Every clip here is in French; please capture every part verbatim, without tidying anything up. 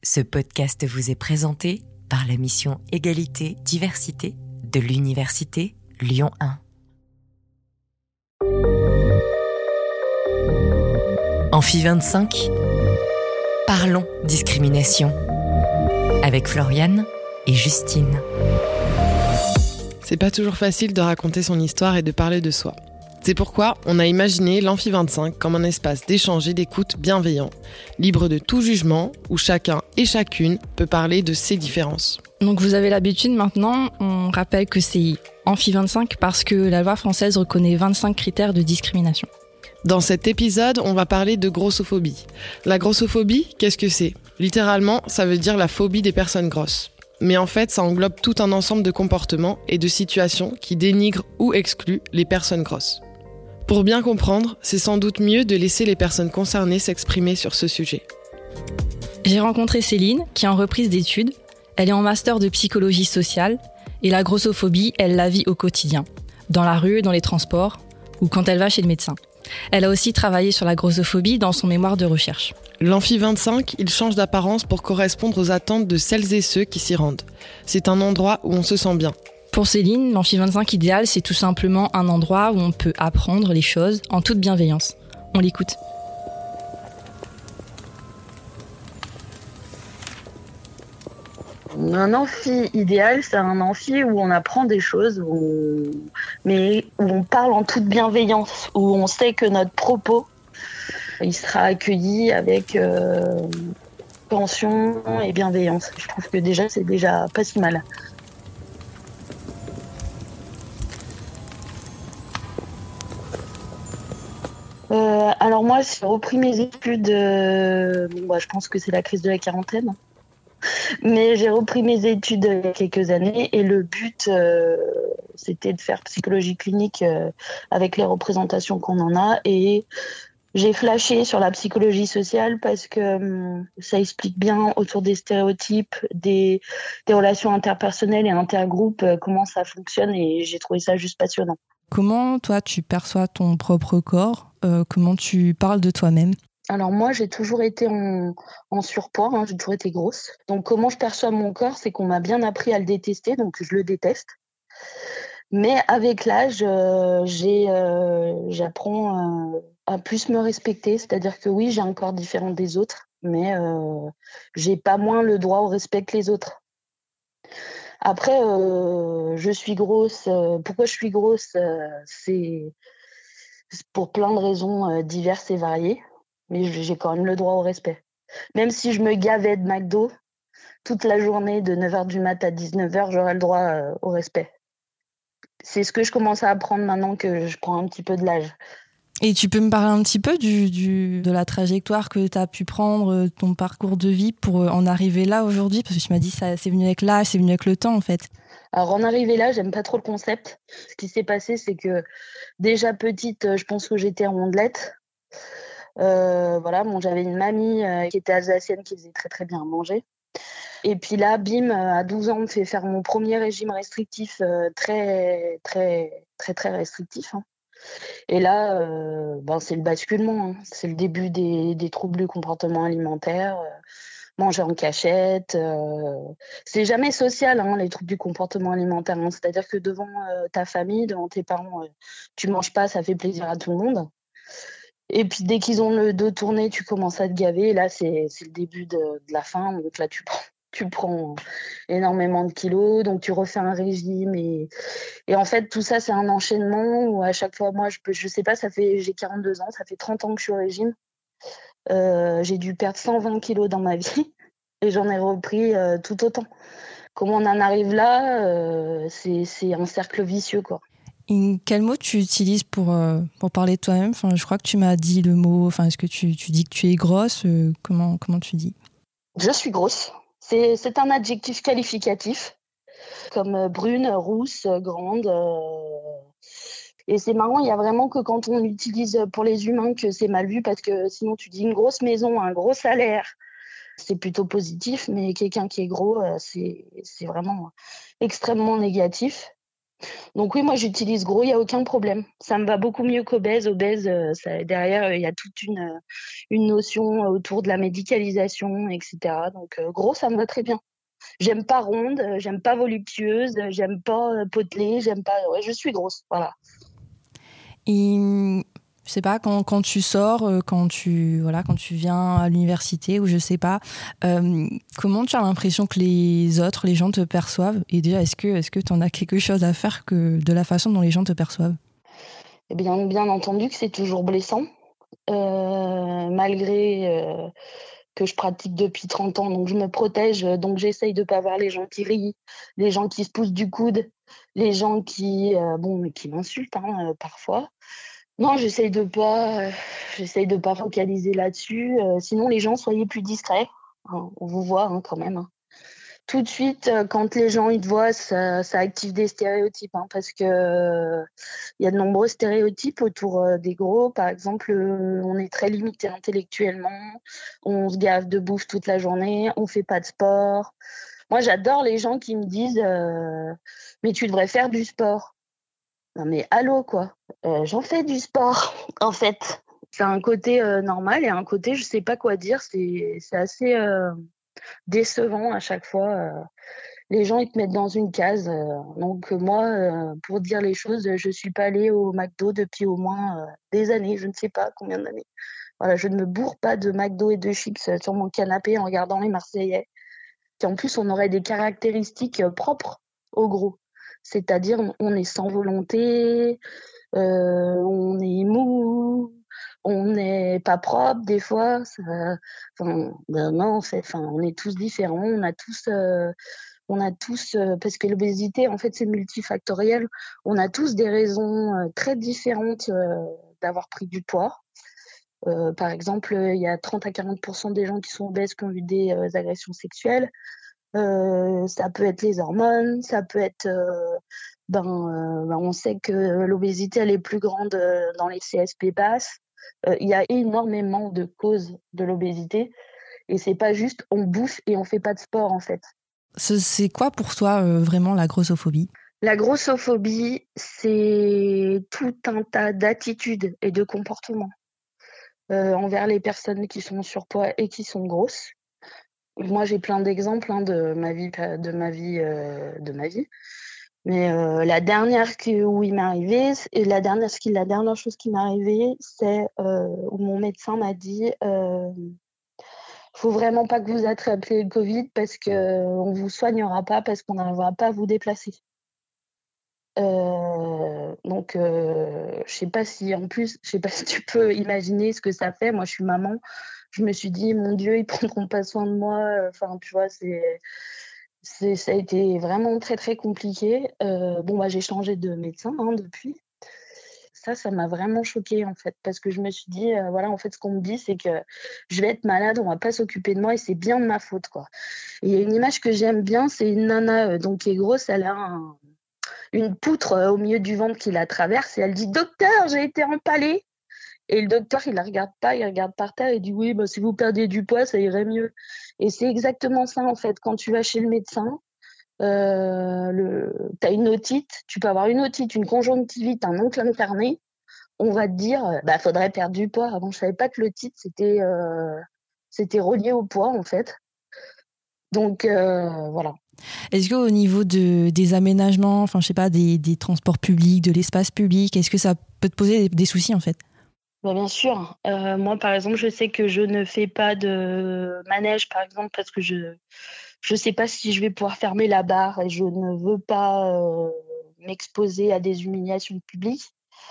Ce podcast vous est présenté par la mission Égalité, Diversité de l'Université Lyon un. Amphi vingt-cinq, parlons discrimination avec Floriane et Justine. C'est pas toujours facile de raconter son histoire et de parler de soi. C'est pourquoi on a imaginé l'Amphi vingt-cinq comme un espace d'échange et d'écoute bienveillant, libre de tout jugement, où chacun et chacune peut parler de ses différences. Donc vous avez l'habitude maintenant, on rappelle que c'est Amphi vingt-cinq parce que la loi française reconnaît vingt-cinq critères de discrimination. Dans cet épisode, on va parler de grossophobie. La grossophobie, qu'est-ce que c'est ? Littéralement, ça veut dire la phobie des personnes grosses. Mais en fait, ça englobe tout un ensemble de comportements et de situations qui dénigrent ou excluent les personnes grosses. Pour bien comprendre, c'est sans doute mieux de laisser les personnes concernées s'exprimer sur ce sujet. J'ai rencontré Céline, qui est en reprise d'études. Elle est en master de psychologie sociale et la grossophobie, elle la vit au quotidien, dans la rue, dans les transports ou quand elle va chez le médecin. Elle a aussi travaillé sur la grossophobie dans son mémoire de recherche. L'Amphi vingt-cinq, il change d'apparence pour correspondre aux attentes de celles et ceux qui s'y rendent. C'est un endroit où on se sent bien. Pour Céline, l'Amphi vingt-cinq idéal, c'est tout simplement un endroit où on peut apprendre les choses en toute bienveillance. On l'écoute. Un amphi idéal, c'est un amphi où on apprend des choses, où on... mais où on parle en toute bienveillance, où on sait que notre propos, il sera accueilli avec euh, attention et bienveillance. Je trouve que déjà, c'est déjà pas si mal. Euh, alors moi, j'ai repris mes études, euh, bon, bah, je pense que c'est la crise de la quarantaine. Mais j'ai repris mes études il y a quelques années et le but, euh, c'était de faire psychologie clinique euh, avec les représentations qu'on en a. Et j'ai flashé sur la psychologie sociale parce que euh, ça explique bien autour des stéréotypes, des, des relations interpersonnelles et intergroupes, euh, comment ça fonctionne et j'ai trouvé ça juste passionnant. Comment, toi, tu perçois ton propre corps ? euh, Comment tu parles de toi-même ? Alors moi, j'ai toujours été en, en surpoids, hein, j'ai toujours été grosse. Donc comment je perçois mon corps, c'est qu'on m'a bien appris à le détester, donc je le déteste. Mais avec l'âge, euh, j'ai, euh, j'apprends euh, à plus me respecter, c'est-à-dire que oui, j'ai un corps différent des autres, mais euh, j'ai pas moins le droit au respect que les autres. Après, euh, je suis grosse. Euh, pourquoi je suis grosse euh, c'est, c'est pour plein de raisons euh, diverses et variées. Mais j'ai quand même le droit au respect. Même si je me gavais de McDo, toute la journée de neuf heures du mat à dix-neuf heures, j'aurais le droit euh, au respect. C'est ce que je commence à apprendre maintenant que je prends un petit peu de l'âge. Et tu peux me parler un petit peu du, du, de la trajectoire que tu as pu prendre, ton parcours de vie pour en arriver là aujourd'hui ? Parce que tu m'as dit que ça, c'est venu avec l'âge, c'est venu avec le temps en fait. Alors en arriver là, j'aime pas trop le concept. Ce qui s'est passé, c'est que déjà petite, je pense que j'étais rondelette. Euh, voilà, bon, j'avais une mamie euh, qui était alsacienne qui faisait très très bien à manger. Et puis là, bim, à douze ans, on me fait faire mon premier régime restrictif, euh, très très très très restrictif. Hein. Et là, euh, ben, c'est le basculement, hein. C'est le début des, des troubles du comportement alimentaire, euh, manger en cachette. Euh, c'est jamais social, hein, les troubles du comportement alimentaire. Hein. C'est-à-dire que devant euh, ta famille, devant tes parents, euh, tu manges pas, ça fait plaisir à tout le monde. Et puis, dès qu'ils ont le dos tourné, tu commences à te gaver. Et là, c'est, c'est le début de, de la fin. Donc là, tu prends, tu prends énormément de kilos. Donc, tu refais un régime. Et, et en fait, tout ça, c'est un enchaînement où à chaque fois, moi, je peux, je sais pas, ça fait, j'ai quarante-deux ans, ça fait trente ans que je suis au régime. Euh, j'ai dû perdre cent vingt kilos dans ma vie. Et j'en ai repris euh, tout autant. Comment on en arrive là, euh, c'est, c'est un cercle vicieux, quoi. Et quel mot tu utilises pour, euh, pour parler de toi-même ? Enfin, je crois que tu m'as dit le mot. Enfin, est-ce que tu, tu dis que tu es grosse ? euh, comment, comment tu dis ? Je suis grosse. C'est, c'est un adjectif qualificatif, comme euh, brune, rousse, euh, grande. Euh... Et c'est marrant, il y a vraiment que quand on utilise pour les humains que c'est mal vu, parce que sinon tu dis une grosse maison, un gros salaire. C'est plutôt positif, mais quelqu'un qui est gros, euh, c'est, c'est vraiment extrêmement négatif. Donc oui, moi j'utilise gros, il n'y a aucun problème. Ça me va beaucoup mieux qu'obèse. Obèse, euh, ça, derrière, il y a toute une, euh, une notion autour de la médicalisation, et cetera. Donc euh, gros, ça me va très bien. J'aime pas ronde, euh, j'aime pas voluptueuse, euh, j'aime pas euh, potelée, j'aime pas... Ouais, je suis grosse, voilà. Et je sais pas, quand, quand tu sors, euh, quand tu, voilà, quand tu viens à l'université ou je sais pas, euh, comment tu as l'impression que les autres, les gens te perçoivent? Et déjà, est-ce que est-ce que tu en as quelque chose à faire que de la façon dont les gens te perçoivent? Eh bien, bien entendu que c'est toujours blessant, euh, malgré euh, que je pratique depuis trente ans, donc je me protège, donc j'essaye de pas voir les gens qui rient, les gens qui se poussent du coude, les gens qui, euh, bon, qui m'insultent hein, euh, parfois. Non, j'essaye de pas, euh, j'essaye de pas focaliser là-dessus. Euh, sinon, les gens, soyez plus discrets. Hein, on vous voit hein, quand même. Hein. Tout de suite, euh, quand les gens ils te voient, ça, ça active des stéréotypes, hein, parce que euh, il y a de nombreux stéréotypes autour euh, des gros. Par exemple, euh, on est très limité intellectuellement, on se gave de bouffe toute la journée, on fait pas de sport. Moi, j'adore les gens qui me disent euh, mais tu devrais faire du sport. Non mais allô quoi, euh, j'en fais du sport en fait. C'est un côté euh, normal et un côté je sais pas quoi dire. C'est c'est assez euh, décevant à chaque fois. Euh, les gens ils te mettent dans une case. Euh, donc moi, euh, pour dire les choses, je suis pas allée au McDo depuis au moins euh, des années. Je ne sais pas combien d'années. Voilà, je ne me bourre pas de McDo et de chips sur mon canapé en regardant les Marseillais. Qui en plus on aurait des caractéristiques propres aux gros. C'est-à-dire, on est sans volonté, euh, on est mou, on n'est pas propre des fois. Ça, enfin, ben non, c'est, enfin, on est tous différents. On a tous, euh, on a tous, euh, parce que l'obésité, en fait, c'est multifactoriel. On a tous des raisons euh, très différentes euh, d'avoir pris du poids. Euh, par exemple, il y a trente à quarante pour cent des gens qui sont obèses qui ont eu des euh, agressions sexuelles. Euh, ça peut être les hormones, ça peut être, euh, ben, euh, ben, on sait que l'obésité elle est plus grande euh, dans les C S P basses. Euh, il y a énormément de causes de l'obésité et c'est pas juste on bouffe et on fait pas de sport en fait. C'est quoi pour toi euh, vraiment la grossophobie? La grossophobie, c'est tout un tas d'attitudes et de comportements euh, envers les personnes qui sont en surpoids et qui sont grosses. Moi, j'ai plein d'exemples hein, de ma vie, de ma vie, euh, de ma vie. Mais euh, la dernière qui, où il m'est arrivé, et la dernière, ce qui, la dernière chose qui m'est arrivée, c'est euh, où mon médecin m'a dit, euh, faut vraiment pas que vous attrapiez le Covid parce que on vous soignera pas parce qu'on n'arrivera pas à vous déplacer. Euh, donc, euh, je sais pas si, en plus, je sais pas si tu peux imaginer ce que ça fait. Moi, je suis maman. Je me suis dit, mon Dieu, ils prendront pas soin de moi. Enfin, tu vois, c'est, c'est, ça a été vraiment très, très compliqué. Euh, bon, bah, j'ai changé de médecin hein, depuis. Ça, ça m'a vraiment choquée, en fait, parce que je me suis dit, euh, voilà, en fait, ce qu'on me dit, c'est que je vais être malade, on va pas s'occuper de moi et c'est bien de ma faute, quoi. Et il y a une image que j'aime bien, c'est une nana euh, donc, qui est grosse, elle a un, une poutre euh, au milieu du ventre qui la traverse et elle dit, docteur, j'ai été empalée. Et le docteur, il la regarde pas, il regarde par terre et dit oui, bah, si vous perdiez du poids, ça irait mieux. Et c'est exactement ça, en fait. Quand tu vas chez le médecin, euh, le... tu as une otite, tu peux avoir une otite, une conjonctivite, un ongle incarné. On va te dire, bah, faudrait perdre du poids. Avant, je savais pas que l'otite, c'était, euh... c'était relié au poids, en fait. Donc, euh, voilà. Est-ce qu'au niveau de, des aménagements, enfin, je sais pas, des, des transports publics, de l'espace public, est-ce que ça peut te poser des, des soucis, en fait? Bah bien sûr. Euh, moi, par exemple, je sais que je ne fais pas de manège, par exemple, parce que je je sais pas si je vais pouvoir fermer la barre et je ne veux pas euh, m'exposer à des humiliations publiques.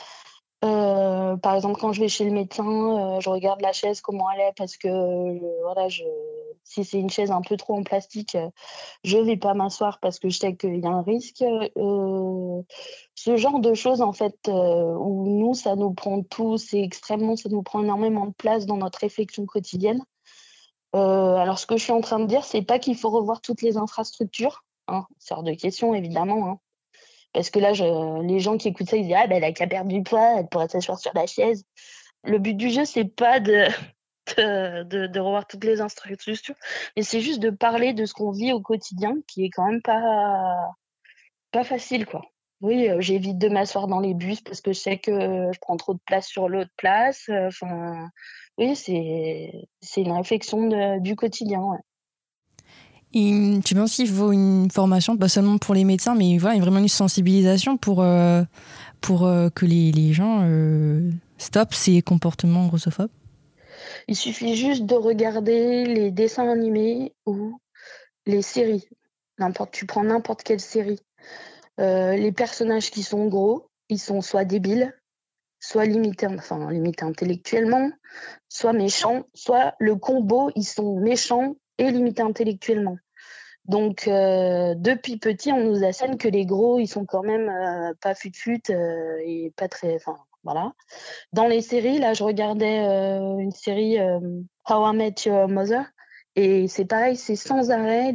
Euh, par exemple, quand je vais chez le médecin, euh, je regarde la chaise, comment elle est, parce que euh, voilà, je, si c'est une chaise un peu trop en plastique, euh, je vais pas m'asseoir parce que je sais qu'il y a un risque. Euh, ce genre de choses, en fait, euh, où nous, ça nous prend tout, c'est extrêmement, ça nous prend énormément de place dans notre réflexion quotidienne. Euh, alors, ce que je suis en train de dire, c'est pas qu'il faut revoir toutes les infrastructures, hein, c'est hors de question, évidemment, hein. Parce que là, je, les gens qui écoutent ça, ils disent « Ah, ben, elle a qu'à perdre du poids, elle pourrait s'asseoir sur la chaise. » Le but du jeu, c'est pas de, de, de, de revoir toutes les infrastructures, mais c'est juste de parler de ce qu'on vit au quotidien, qui est quand même pas, pas facile, quoi. Oui, euh, j'évite de m'asseoir dans les bus parce que je sais que je prends trop de place sur l'autre place. Enfin, oui, c'est c'est une réflexion de, du quotidien. Ouais. Et tu penses qu'il faut une formation, pas seulement pour les médecins, mais voilà, vraiment une sensibilisation pour, euh, pour euh, que les, les gens euh, stoppent ces comportements grossophobes? Il suffit juste de regarder les dessins animés ou les séries. N'importe, tu prends n'importe quelle série. Euh, les personnages qui sont gros, ils sont soit débiles, soit limités, enfin limités intellectuellement, soit méchants, soit le combo, ils sont méchants et limités intellectuellement. Donc, euh, depuis petit, on nous assène que les gros, ils sont quand même euh, pas fut-fut euh, et pas très... Enfin, voilà. Dans les séries, là, je regardais euh, une série euh, How I Met Your Mother. Et c'est pareil, c'est sans arrêt.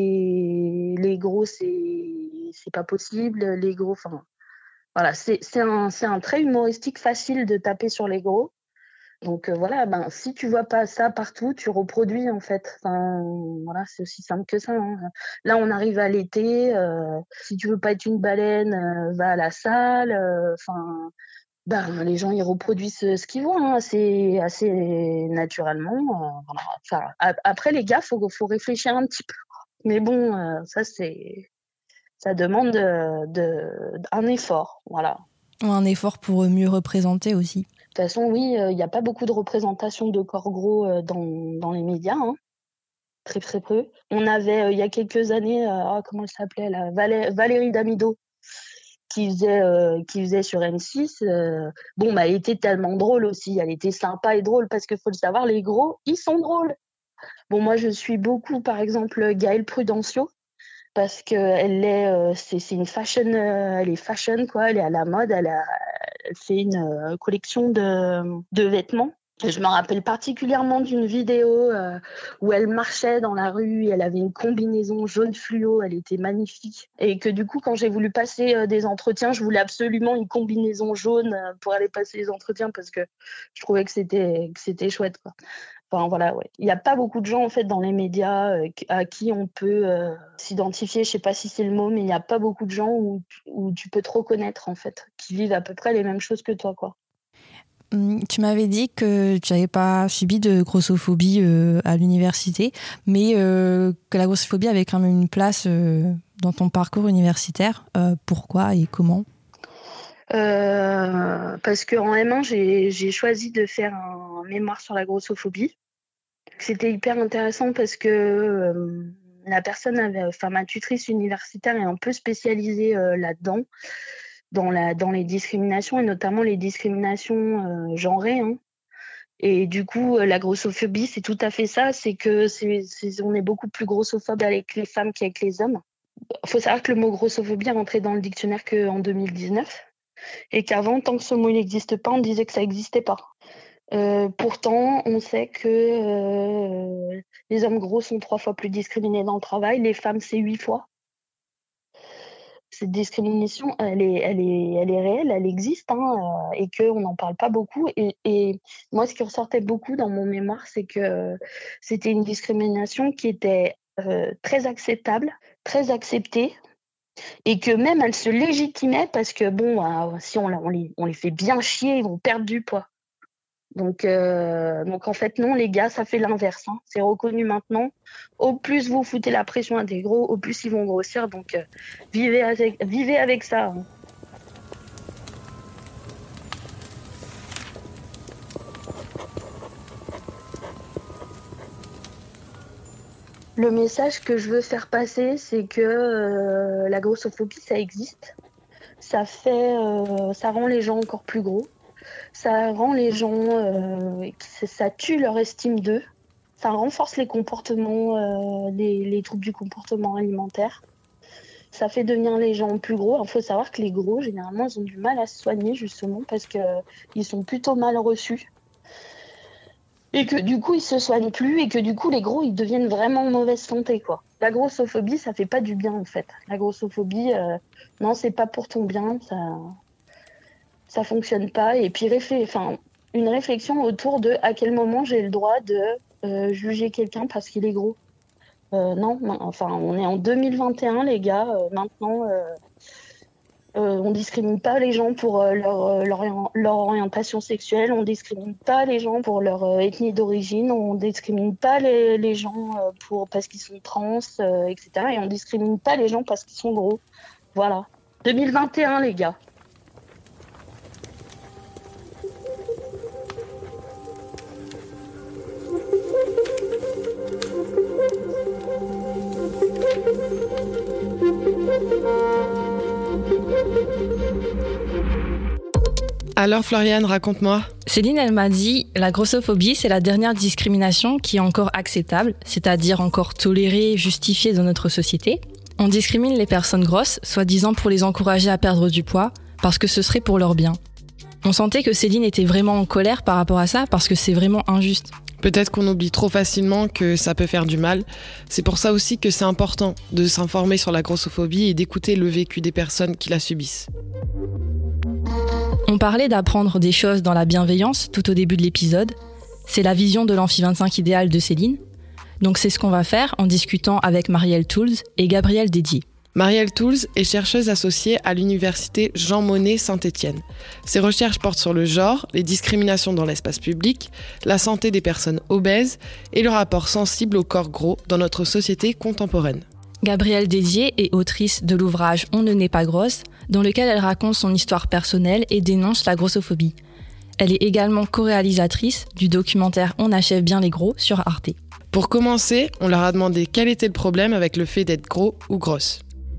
Les, les gros, c'est... c'est pas possible. Les gros, enfin... Voilà, c'est, c'est, un, c'est un trait humoristique facile de taper sur les gros. Donc euh, voilà, ben, si tu vois pas ça partout, tu reproduis en fait. Enfin, voilà, c'est aussi simple que ça. Hein. Là, on arrive à l'été. Euh, si tu veux pas être une baleine, euh, va à la salle. Enfin, euh, ben, les gens ils reproduisent ce, ce qu'ils voient hein, assez, assez naturellement. Euh, voilà. Enfin, a, après les gars, faut, faut réfléchir un petit peu. Mais bon, euh, ça c'est, ça demande de, de, un effort, voilà. Un effort pour mieux représenter aussi. De toute façon, oui, il euh, n'y a pas beaucoup de représentation de corps gros euh, dans, dans les médias, hein. Très très peu. On avait, euh, il y a quelques années, euh, oh, comment elle s'appelait là, Valé- Valérie Damido, qui faisait, euh, qui faisait sur M six. Euh, bon, bah, elle était tellement drôle aussi, elle était sympa et drôle, parce qu'il faut le savoir, les gros, ils sont drôles. Bon, moi, je suis beaucoup, par exemple, Gaëlle Prudencio, parce que elle est, euh, c'est, c'est une fashion, euh, elle est fashion quoi, elle est à la mode, elle, a, elle fait une euh, collection de, de vêtements. Et je me rappelle particulièrement d'une vidéo euh, où elle marchait dans la rue, et elle avait une combinaison jaune fluo, elle était magnifique. Et que du coup, quand j'ai voulu passer euh, des entretiens, je voulais absolument une combinaison jaune euh, pour aller passer les entretiens parce que je trouvais que c'était, que c'était chouette, quoi. Enfin, voilà, ouais. Il n'y a pas beaucoup de gens en fait dans les médias euh, à qui on peut euh, s'identifier. Je sais pas si c'est le mot, mais il n'y a pas beaucoup de gens où, où tu peux te reconnaître en fait, qui vivent à peu près les mêmes choses que toi, quoi. Tu m'avais dit que tu n'avais pas subi de grossophobie euh, à l'université, mais euh, que la grossophobie avait quand même une place euh, dans ton parcours universitaire. Euh, pourquoi et comment ? Euh, parce qu'en M un, j'ai, j'ai choisi de faire un mémoire sur la grossophobie. C'était hyper intéressant parce que euh, la personne avait, enfin ma tutrice universitaire est un peu spécialisée euh, là-dedans, dans la, dans les discriminations et notamment les discriminations euh, genrées. Hein. Et du coup, la grossophobie, c'est tout à fait ça, c'est que c'est, c'est, on est beaucoup plus grossophobe avec les femmes qu'avec les hommes. Il faut savoir que le mot grossophobie est rentré dans le dictionnaire qu'en deux mille dix-neuf et qu'avant, tant que ce mot n'existe pas, on disait que ça n'existait pas. Euh, pourtant, on sait que euh, les hommes gros sont trois fois plus discriminés dans le travail, les femmes, c'est huit fois. Cette discrimination, elle est, elle est, elle est réelle, elle existe, hein, euh, et qu'on n'en parle pas beaucoup. Et, et moi, ce qui ressortait beaucoup dans mon mémoire, c'est que c'était une discrimination qui était euh, très acceptable, très acceptée, et que même elle se légitimait parce que, bon, euh, si on, on, les, on les fait bien chier, ils vont perdre du poids. Donc, euh, donc en fait, non, les gars, ça fait l'inverse. Hein. C'est reconnu maintenant. Au plus vous foutez la pression à des gros, au plus ils vont grossir. Donc, euh, vivez, avec, vivez avec ça. Hein. Le message que je veux faire passer, c'est que euh, la grossophobie, ça existe. Ça fait, euh, ça rend les gens encore plus gros. Ça rend les gens, euh, ça tue leur estime d'eux. Ça renforce les comportements, euh, les, les troubles du comportement alimentaire. Ça fait devenir les gens plus gros. Il faut savoir que les gros, généralement, ils ont du mal à se soigner, justement, parce qu'ils sont plutôt mal reçus. Et que du coup, ils se soignent plus et que du coup, les gros, ils deviennent vraiment en mauvaise santé, quoi. La grossophobie, ça fait pas du bien, en fait. La grossophobie, euh, non, c'est pas pour ton bien, ça... ça fonctionne pas. Et puis, réfl- enfin, une réflexion autour de à quel moment j'ai le droit de euh, juger quelqu'un parce qu'il est gros. Euh, non, enfin, on est en deux mille vingt et un, les gars. Euh, maintenant, euh, Euh, on discrimine pas les gens pour euh, leur, euh, leur, leur orientation sexuelle, on discrimine pas les gens pour leur euh, ethnie d'origine, on discrimine pas les, les gens euh, pour, parce qu'ils sont trans, euh, et cetera. Et on discrimine pas les gens parce qu'ils sont gros. Voilà. deux mille vingt et un, les gars. Alors Floriane, raconte-moi. Céline, elle m'a dit, la grossophobie, c'est la dernière discrimination qui est encore acceptable, c'est-à-dire encore tolérée, justifiée dans notre société. On discrimine les personnes grosses, soi-disant pour les encourager à perdre du poids, parce que ce serait pour leur bien. On sentait que Céline était vraiment en colère par rapport à ça, parce que c'est vraiment injuste. Peut-être qu'on oublie trop facilement que ça peut faire du mal. C'est pour ça aussi que c'est important de s'informer sur la grossophobie et d'écouter le vécu des personnes qui la subissent. On parlait d'apprendre des choses dans la bienveillance tout au début de l'épisode. C'est la vision de l'Amphi vingt-cinq idéal de Céline. Donc c'est ce qu'on va faire en discutant avec Marielle Toulz et Gabrielle Dédier. Marielle Toulz est chercheuse associée à l'université Jean Monnet Saint-Étienne. Ses recherches portent sur le genre, les discriminations dans l'espace public, la santé des personnes obèses et le rapport sensible au corps gros dans notre société contemporaine. Gabrielle Dédier est autrice de l'ouvrage On ne naît pas grosse, dans lequel elle raconte son histoire personnelle et dénonce la grossophobie. Elle est également co-réalisatrice du documentaire On achève bien les gros sur Arte. Pour commencer, on leur a demandé quel était le problème avec le fait d'être gros ou grosse.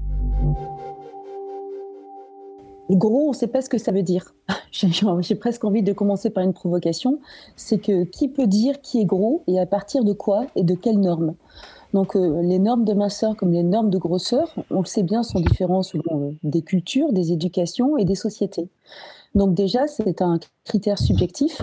Gros, on ne sait pas ce que ça veut dire. J'ai, j'ai presque envie de commencer par une provocation. C'est que qui peut dire qui est gros et à partir de quoi et de quelles normes ? Donc euh, les normes de minceur comme les normes de grosseur, on le sait bien, sont différentes selon euh, des cultures, des éducations et des sociétés. Donc déjà, c'est un critère subjectif,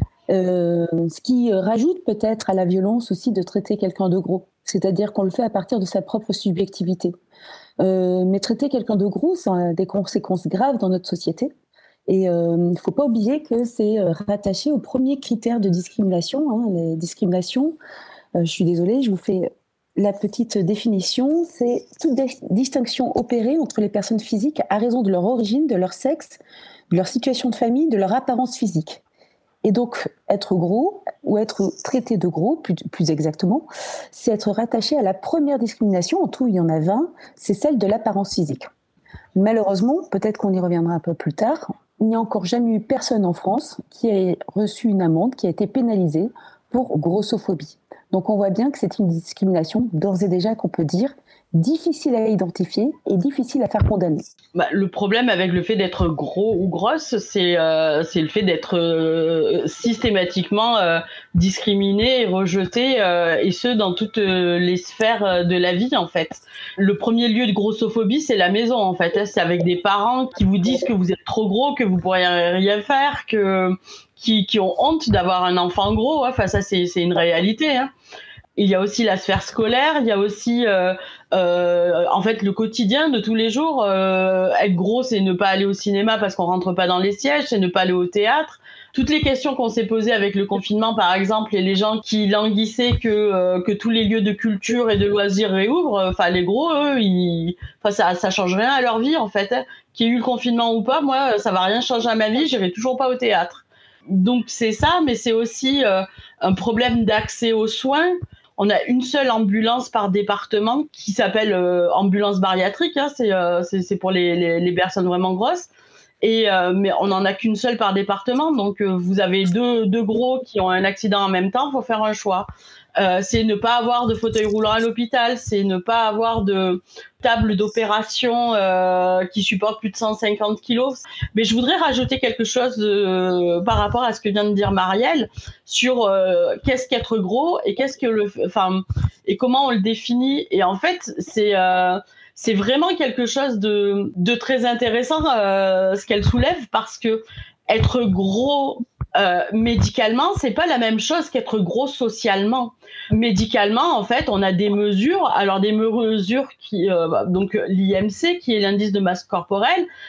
euh, ce qui rajoute peut-être à la violence aussi de traiter quelqu'un de gros. C'est-à-dire qu'on le fait à partir de sa propre subjectivité. Euh, mais traiter quelqu'un de gros, ça a des conséquences graves dans notre société. Et il euh, ne faut pas oublier que c'est rattaché au premier critère de discrimination. Hein, les discriminations, euh, je suis désolée, je vous fais la petite définition, c'est toute distinction opérée entre les personnes physiques à raison de leur origine, de leur sexe, de leur situation de famille, de leur apparence physique. Et donc, être gros, ou être traité de gros, plus, plus exactement, c'est être rattaché à la première discrimination, en tout il y en a vingt, c'est celle de l'apparence physique. Malheureusement, peut-être qu'on y reviendra un peu plus tard, il n'y a encore jamais eu personne en France qui ait reçu une amende, qui a été pénalisée pour grossophobie. Donc on voit bien que c'est une discrimination, d'ores et déjà qu'on peut dire, difficile à identifier et difficile à faire condamner. Bah, le problème avec le fait d'être gros ou grosse, c'est, euh, c'est le fait d'être euh, systématiquement euh, discriminé et rejeté, euh, et ce, dans toutes euh, les sphères de la vie, en fait. Le premier lieu de grossophobie, c'est la maison, en fait. Hein, c'est avec des parents qui vous disent que vous êtes trop gros, que vous ne pourrez rien faire, que, qui, qui ont honte d'avoir un enfant gros. Enfin, ça, c'est, c'est une réalité, hein. Il y a aussi la sphère scolaire, il y a aussi euh, euh, en fait le quotidien de tous les jours. Euh, être gros, c'est ne pas aller au cinéma parce qu'on rentre pas dans les sièges, c'est ne pas aller au théâtre. Toutes les questions qu'on s'est posées avec le confinement, par exemple, et les gens qui languissaient que euh, que tous les lieux de culture et de loisirs réouvrent, enfin les gros, eux, ils, enfin ça ça change rien à leur vie en fait. Hein. Qu'il y ait eu le confinement ou pas, moi, ça va rien changer à ma vie, j'irai toujours pas au théâtre. Donc c'est ça, mais c'est aussi euh, un problème d'accès aux soins. On a une seule ambulance par département qui s'appelle euh, ambulance bariatrique, hein, c'est, euh, c'est, c'est pour les, les, les personnes vraiment grosses. Et, euh, mais on n'en a qu'une seule par département, donc euh, vous avez deux, deux gros qui ont un accident en même temps, il faut faire un choix. Euh, c'est ne pas avoir de fauteuil roulant à l'hôpital, c'est ne pas avoir de table d'opération euh, qui supporte plus de cent cinquante kilos. Mais je voudrais rajouter quelque chose euh, par rapport à ce que vient de dire Marielle sur euh, qu'est-ce qu'être gros et qu'est-ce que le, enfin, et comment on le définit. Et en fait, c'est euh, c'est vraiment quelque chose de de très intéressant euh, ce qu'elle soulève, parce que être gros Euh, médicalement, c'est pas la même chose qu'être gros socialement. Médicalement, en fait, on a des mesures. Alors des mesures qui, euh, donc l'I M C, qui est l'indice de masse corporelle,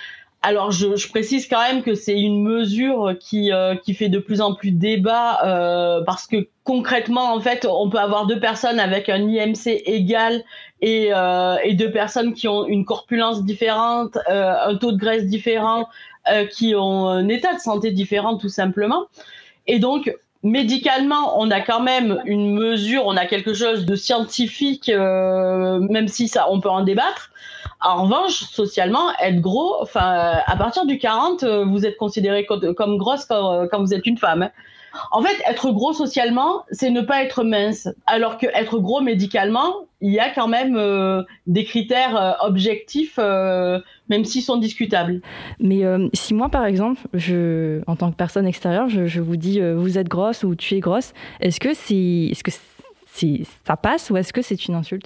Alors, je, je précise quand même que c'est une mesure qui euh, qui fait de plus en plus débat euh, parce que concrètement, en fait, on peut avoir deux personnes avec un I M C égal et euh, et deux personnes qui ont une corpulence différente, euh, un taux de graisse différent, euh, qui ont un état de santé différent, tout simplement. Et donc, médicalement, on a quand même une mesure, on a quelque chose de scientifique, euh, même si ça, on peut en débattre. En revanche, socialement, être gros, enfin, à partir du quarante, vous êtes considéré comme grosse quand, quand vous êtes une femme. En fait, être gros socialement, c'est ne pas être mince. Alors que être gros médicalement, il y a quand même euh, des critères euh, objectifs, euh, même s'ils sont discutables. Mais euh, si moi, par exemple, je, en tant que personne extérieure, je, je vous dis euh, vous êtes grosse ou tu es grosse, est-ce que c'est, est-ce que c'est, ça passe ou est-ce que c'est une insulte ?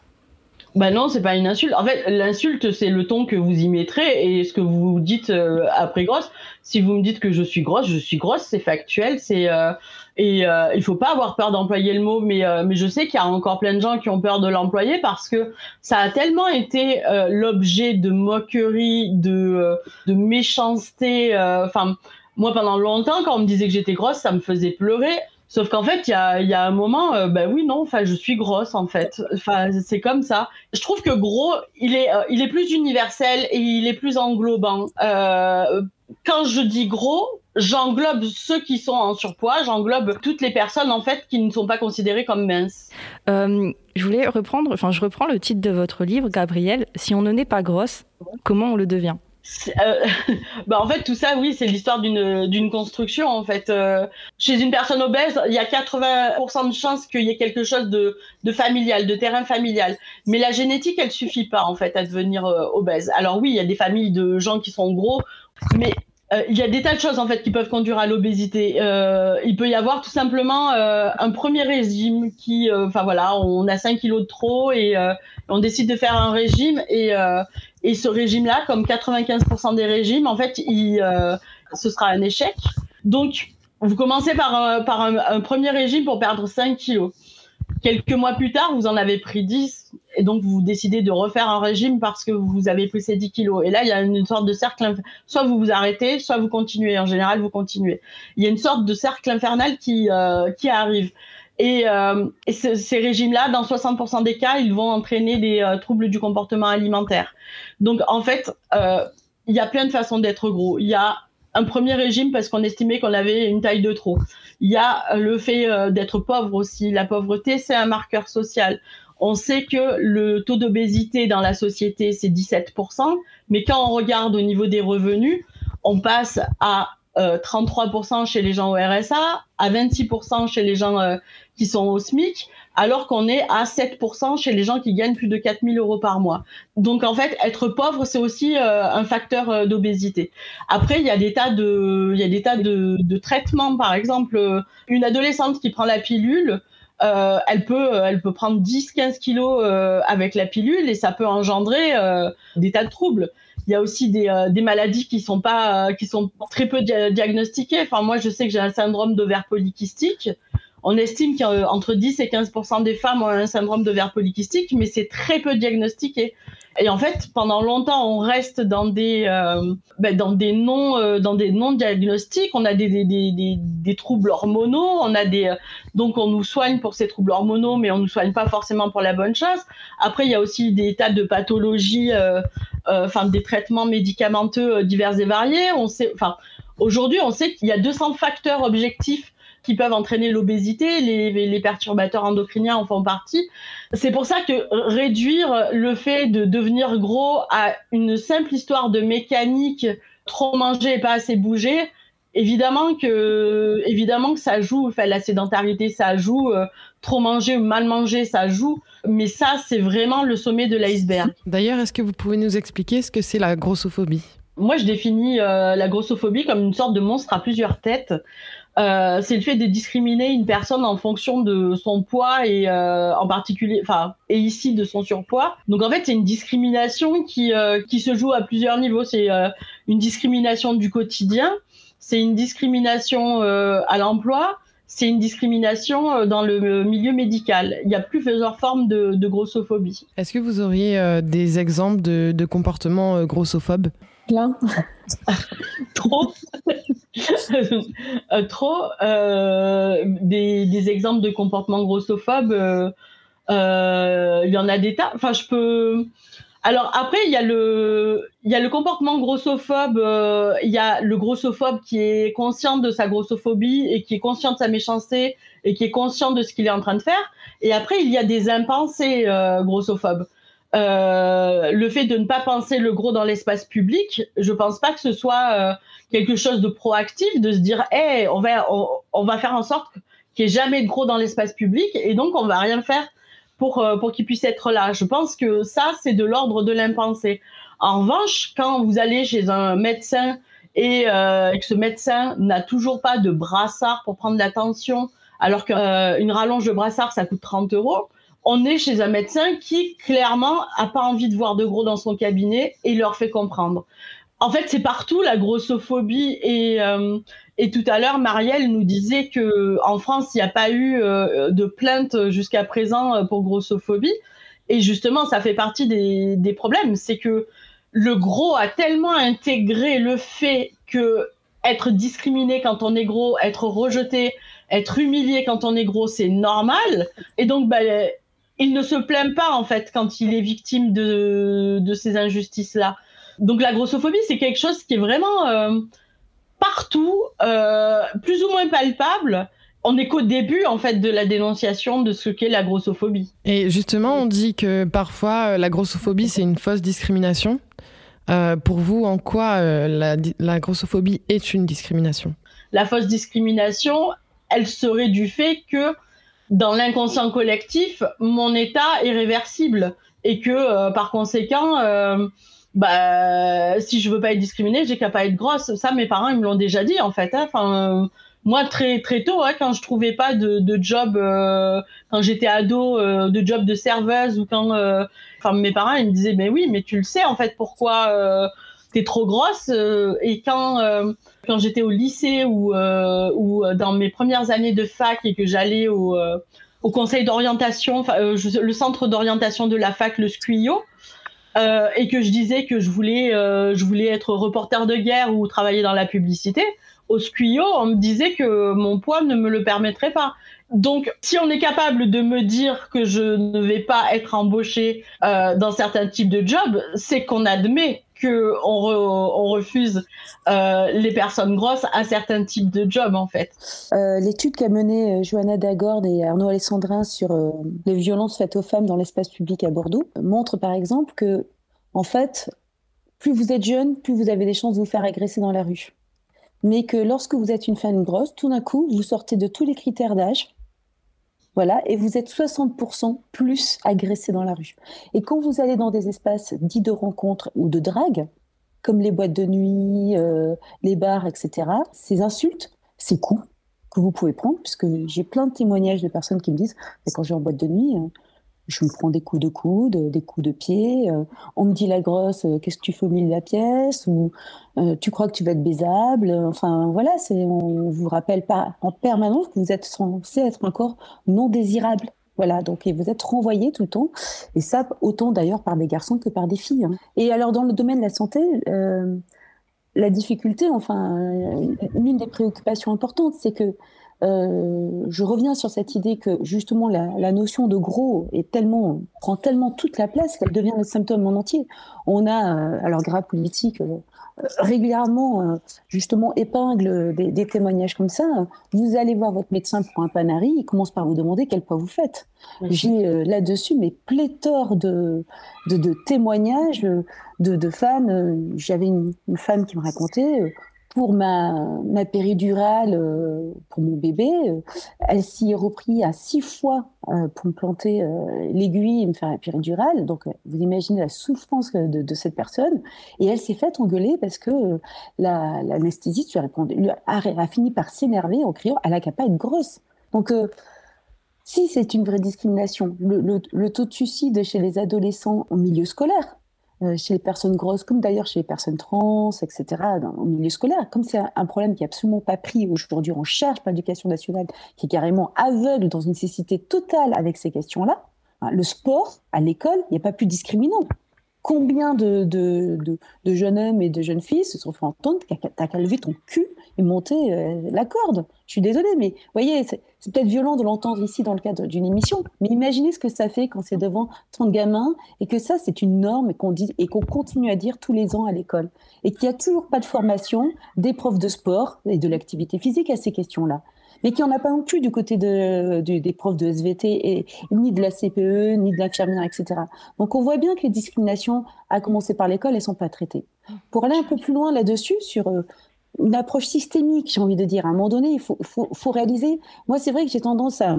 Bah non, c'est pas une insulte. En fait, l'insulte, c'est le ton que vous y mettrez et ce que vous dites euh, après grosse. Si vous me dites que je suis grosse, je suis grosse, c'est factuel. C'est euh, et euh, il faut pas avoir peur d'employer le mot, mais euh, mais je sais qu'il y a encore plein de gens qui ont peur de l'employer parce que ça a tellement été euh, l'objet de moqueries, de euh, de méchanceté. Enfin, euh, moi pendant longtemps, quand on me disait que j'étais grosse, ça me faisait pleurer. Sauf qu'en fait, il y a, y a un moment, euh, ben oui, non, enfin, je suis grosse, en fait. Enfin, c'est comme ça. Je trouve que gros, il est, euh, il est plus universel et il est plus englobant. Euh, quand je dis gros, j'englobe ceux qui sont en surpoids, j'englobe toutes les personnes, en fait, qui ne sont pas considérées comme minces. Euh, je voulais reprendre, enfin, je reprends le titre de votre livre, Gabrielle. Si on ne naît pas grosse, comment on le devient ? Euh, bah en fait tout ça oui c'est l'histoire d'une d'une construction en fait euh, chez une personne obèse il y a quatre-vingts pour cent de chances qu'il y ait quelque chose de de familial, de terrain familial, mais la génétique elle suffit pas en fait à devenir euh, obèse. Alors oui il y a des familles de gens qui sont gros, mais euh, il y a des tas de choses en fait qui peuvent conduire à l'obésité. Euh, il peut y avoir tout simplement euh, un premier régime qui, enfin euh, voilà, on a cinq kilos de trop et euh, on décide de faire un régime et euh, et ce régime-là, comme quatre-vingt-quinze pour cent des régimes, en fait, il, euh, ce sera un échec. Donc, vous commencez par un, par un, un premier régime pour perdre cinq kilos. Quelques mois plus tard, vous en avez pris dix et donc vous décidez de refaire un régime parce que vous avez pris ces dix kilos. Et là, il y a une sorte de cercle, soit vous vous arrêtez, soit vous continuez. En général, vous continuez. Il y a une sorte de cercle infernal qui, euh, qui arrive. Et, euh, et ce, ces régimes-là, dans soixante pour cent des cas, ils vont entraîner des euh, troubles du comportement alimentaire. Donc, en fait, euh, il y a plein de façons d'être gros. Il y a un premier régime parce qu'on estimait qu'on avait une taille de trop. Il y a le fait euh, d'être pauvre aussi. La pauvreté, c'est un marqueur social. On sait que le taux d'obésité dans la société, c'est dix-sept pour cent. Mais quand on regarde au niveau des revenus, on passe à Euh, trente-trois pour cent chez les gens au R S A, à vingt-six pour cent chez les gens euh, qui sont au SMIC, alors qu'on est à sept pour cent chez les gens qui gagnent plus de quatre mille euros par mois. Donc en fait, être pauvre, c'est aussi euh, un facteur euh, d'obésité. Après, il y a des tas de, il y a des tas de, de traitements. Par exemple, euh, une adolescente qui prend la pilule, euh, elle peut, elle peut prendre dix, quinze kilos euh, avec la pilule et ça peut engendrer euh, des tas de troubles. Il y a aussi des, euh, des maladies qui sont pas, euh, qui sont très peu dia- diagnostiquées. Enfin, moi, je sais que j'ai un syndrome d'ovaire polykystique. On estime qu'entre dix et quinze pour cent des femmes ont un syndrome d'ovaire polykystique, mais c'est très peu diagnostiqué. Et en fait, pendant longtemps, on reste dans des, euh, ben, dans des non, euh, dans des non diagnostics. On a des, des, des, des, des troubles hormonaux. On a des, euh, donc on nous soigne pour ces troubles hormonaux, mais on nous soigne pas forcément pour la bonne chose. Après, il y a aussi des tas de pathologies, euh, euh, enfin des traitements médicamenteux divers et variés. On sait, enfin aujourd'hui, on sait qu'il y a deux cents facteurs objectifs qui peuvent entraîner l'obésité, les, les perturbateurs endocriniens en font partie. C'est pour ça que réduire le fait de devenir gros à une simple histoire de mécanique, trop manger et pas assez bouger, évidemment que, évidemment que ça joue, enfin, la sédentarité ça joue, euh, trop manger ou mal manger ça joue, mais ça c'est vraiment le sommet de l'iceberg. D'ailleurs, est-ce que vous pouvez nous expliquer ce que c'est la grossophobie ? Moi je définis euh, la grossophobie comme une sorte de monstre à plusieurs têtes. Euh, c'est le fait de discriminer une personne en fonction de son poids et euh, en particulier, enfin, et ici de son surpoids. Donc en fait, c'est une discrimination qui euh, qui se joue à plusieurs niveaux. C'est euh, une discrimination du quotidien, c'est une discrimination euh, à l'emploi, c'est une discrimination euh, dans le milieu médical. Il y a plusieurs formes de, de grossophobie. Est-ce que vous auriez euh, des exemples de, de comportements euh, grossophobes ? Plein. Trop. euh, trop. Euh, des, des exemples de comportements grossophobes, il euh, euh, y en a des tas. Enfin, je peux... Alors après, il y a le, il y a le comportement grossophobe, il euh, y a le grossophobe qui est conscient de sa grossophobie et qui est conscient de sa méchanceté et qui est conscient de ce qu'il est en train de faire. Et après, il y a des impensés euh, grossophobes. Euh, le fait de ne pas penser le gros dans l'espace public, je pense pas que ce soit euh, quelque chose de proactif, de se dire, hey, on va, on, on va faire en sorte qu'il n'y ait jamais de gros dans l'espace public et donc on va rien faire pour, euh, pour qu'il puisse être là. Je pense que ça, c'est de l'ordre de l'impensé. En revanche, quand vous allez chez un médecin et euh, que ce médecin n'a toujours pas de brassard pour prendre la tension, alors qu'une euh, rallonge de brassard, ça coûte trente euros, on est chez un médecin qui, clairement, a pas envie de voir de gros dans son cabinet et leur fait comprendre. En fait, c'est partout, la grossophobie. Et, euh, et tout à l'heure, Marielle nous disait qu'en France, il n'y a pas eu euh, de plainte jusqu'à présent pour grossophobie. Et justement, ça fait partie des, des problèmes. C'est que le gros a tellement intégré le fait que être discriminé quand on est gros, être rejeté, être humilié quand on est gros, c'est normal. Et donc, bah, il ne se plaint pas, en fait, quand il est victime de, de ces injustices-là. Donc, la grossophobie, c'est quelque chose qui est vraiment euh, partout, euh, plus ou moins palpable. On n'est qu'au début, en fait, de la dénonciation de ce qu'est la grossophobie. Et justement, on dit que parfois, la grossophobie, c'est une fausse discrimination. Euh, pour vous, en quoi euh, la, la grossophobie est une discrimination ? La fausse discrimination, elle serait du fait que dans l'inconscient collectif, mon état est réversible et que euh, par conséquent, euh, bah, si je veux pas être discriminée, j'ai qu'à pas être grosse. Ça, mes parents ils me l'ont déjà dit en fait. Hein. Enfin, euh, moi très très tôt, hein, quand je trouvais pas de, de job, euh, quand j'étais ado, euh, de job de serveuse ou quand, euh, enfin mes parents ils me disaient mais oui, mais tu le sais en fait pourquoi euh, t'es trop grosse euh, et quand euh, quand j'étais au lycée ou, euh, ou dans mes premières années de fac et que j'allais au, euh, au conseil d'orientation, euh, le centre d'orientation de la fac, le S C U I O, euh, et que je disais que je voulais, euh, je voulais être reporter de guerre ou travailler dans la publicité, au S C U I O, on me disait que mon poids ne me le permettrait pas. Donc, si on est capable de me dire que je ne vais pas être embauchée euh, dans certains types de jobs, c'est qu'on admet qu'on re, on refuse euh, les personnes grosses à certains types de jobs, en fait. Euh, l'étude qu'a menée euh, Johanna Dagord et Arnaud Alessandrin sur euh, les violences faites aux femmes dans l'espace public à Bordeaux montre par exemple que, en fait, plus vous êtes jeune, plus vous avez des chances de vous faire agresser dans la rue. Mais que lorsque vous êtes une femme grosse, tout d'un coup, vous sortez de tous les critères d'âge, voilà, et vous êtes soixante pour cent plus agressé dans la rue. Et quand vous allez dans des espaces dits de rencontre ou de drague, comme les boîtes de nuit, euh, les bars, et cetera, ces insultes, ces coups que vous pouvez prendre, puisque j'ai plein de témoignages de personnes qui me disent « quand je vais en boîte de nuit, euh, je me prends des coups de coude, des coups de pied, euh, on me dit la grosse, euh, qu'est-ce que tu fais au milieu de la pièce, ou euh, tu crois que tu vas être baisable ». Enfin voilà, c'est, on vous rappelle pas en permanence que vous êtes censé être un corps non désirable. Voilà, donc et vous êtes renvoyé tout le temps, et ça autant d'ailleurs par des garçons que par des filles. Hein. Et alors dans le domaine de la santé, euh, la difficulté, enfin, l'une des préoccupations importantes, c'est que Euh, je reviens sur cette idée que justement la, la notion de gros est tellement, prend tellement toute la place qu'elle devient le symptôme en entier. On a, euh, alors Grave Politique euh, régulièrement euh, justement épingle des, des témoignages comme ça. Vous allez voir votre médecin pour un panari, il commence par vous demander quel poids vous faites. Mmh. J'ai euh, là-dessus mais pléthore de, de, de témoignages de, de femmes. Euh, j'avais une, une femme qui me racontait... Euh, Pour ma, ma péridurale, euh, pour mon bébé, euh, elle s'y est repris à six fois euh, pour me planter euh, l'aiguille et me faire la péridurale. Donc, euh, vous imaginez la souffrance de, de cette personne. Et elle s'est faite engueuler parce que euh, la, l'anesthésiste lui a, répondu, lui a, a fini par s'énerver en criant « elle n'a qu'à pas être grosse ». Donc, euh, si c'est une vraie discrimination, le, le, le taux de suicide chez les adolescents en milieu scolaire, Euh, chez les personnes grosses, comme d'ailleurs chez les personnes trans, et cetera, dans, au milieu scolaire, comme c'est un, un problème qui n'est absolument pas pris aujourd'hui en charge par l'éducation nationale, qui est carrément aveugle dans une cécité totale avec ces questions-là, hein, le sport, à l'école, il n'y a pas plus discriminant. Combien de, de, de, de jeunes hommes et de jeunes filles se sont fait entendre « t'as qu'à lever ton cul et monter euh, la corde ». Je suis désolée, mais vous voyez, c'est, c'est peut-être violent de l'entendre ici dans le cadre d'une émission, mais imaginez ce que ça fait quand c'est devant tant de gamins et que ça, c'est une norme et qu'on, dit, et qu'on continue à dire tous les ans à l'école. Et qu'il n'y a toujours pas de formation des profs de sport et de l'activité physique à ces questions-là. Mais qu'il n'y en a pas non plus du côté de, de, des profs de S V T, et, ni de la C P E, ni de l'infirmière, et cetera. Donc on voit bien que les discriminations, à commencer par l'école, elles ne sont pas traitées. Pour aller un peu plus loin là-dessus, sur euh, une approche systémique, j'ai envie de dire, à un moment donné, il faut, faut, faut réaliser... Moi, c'est vrai que j'ai tendance à,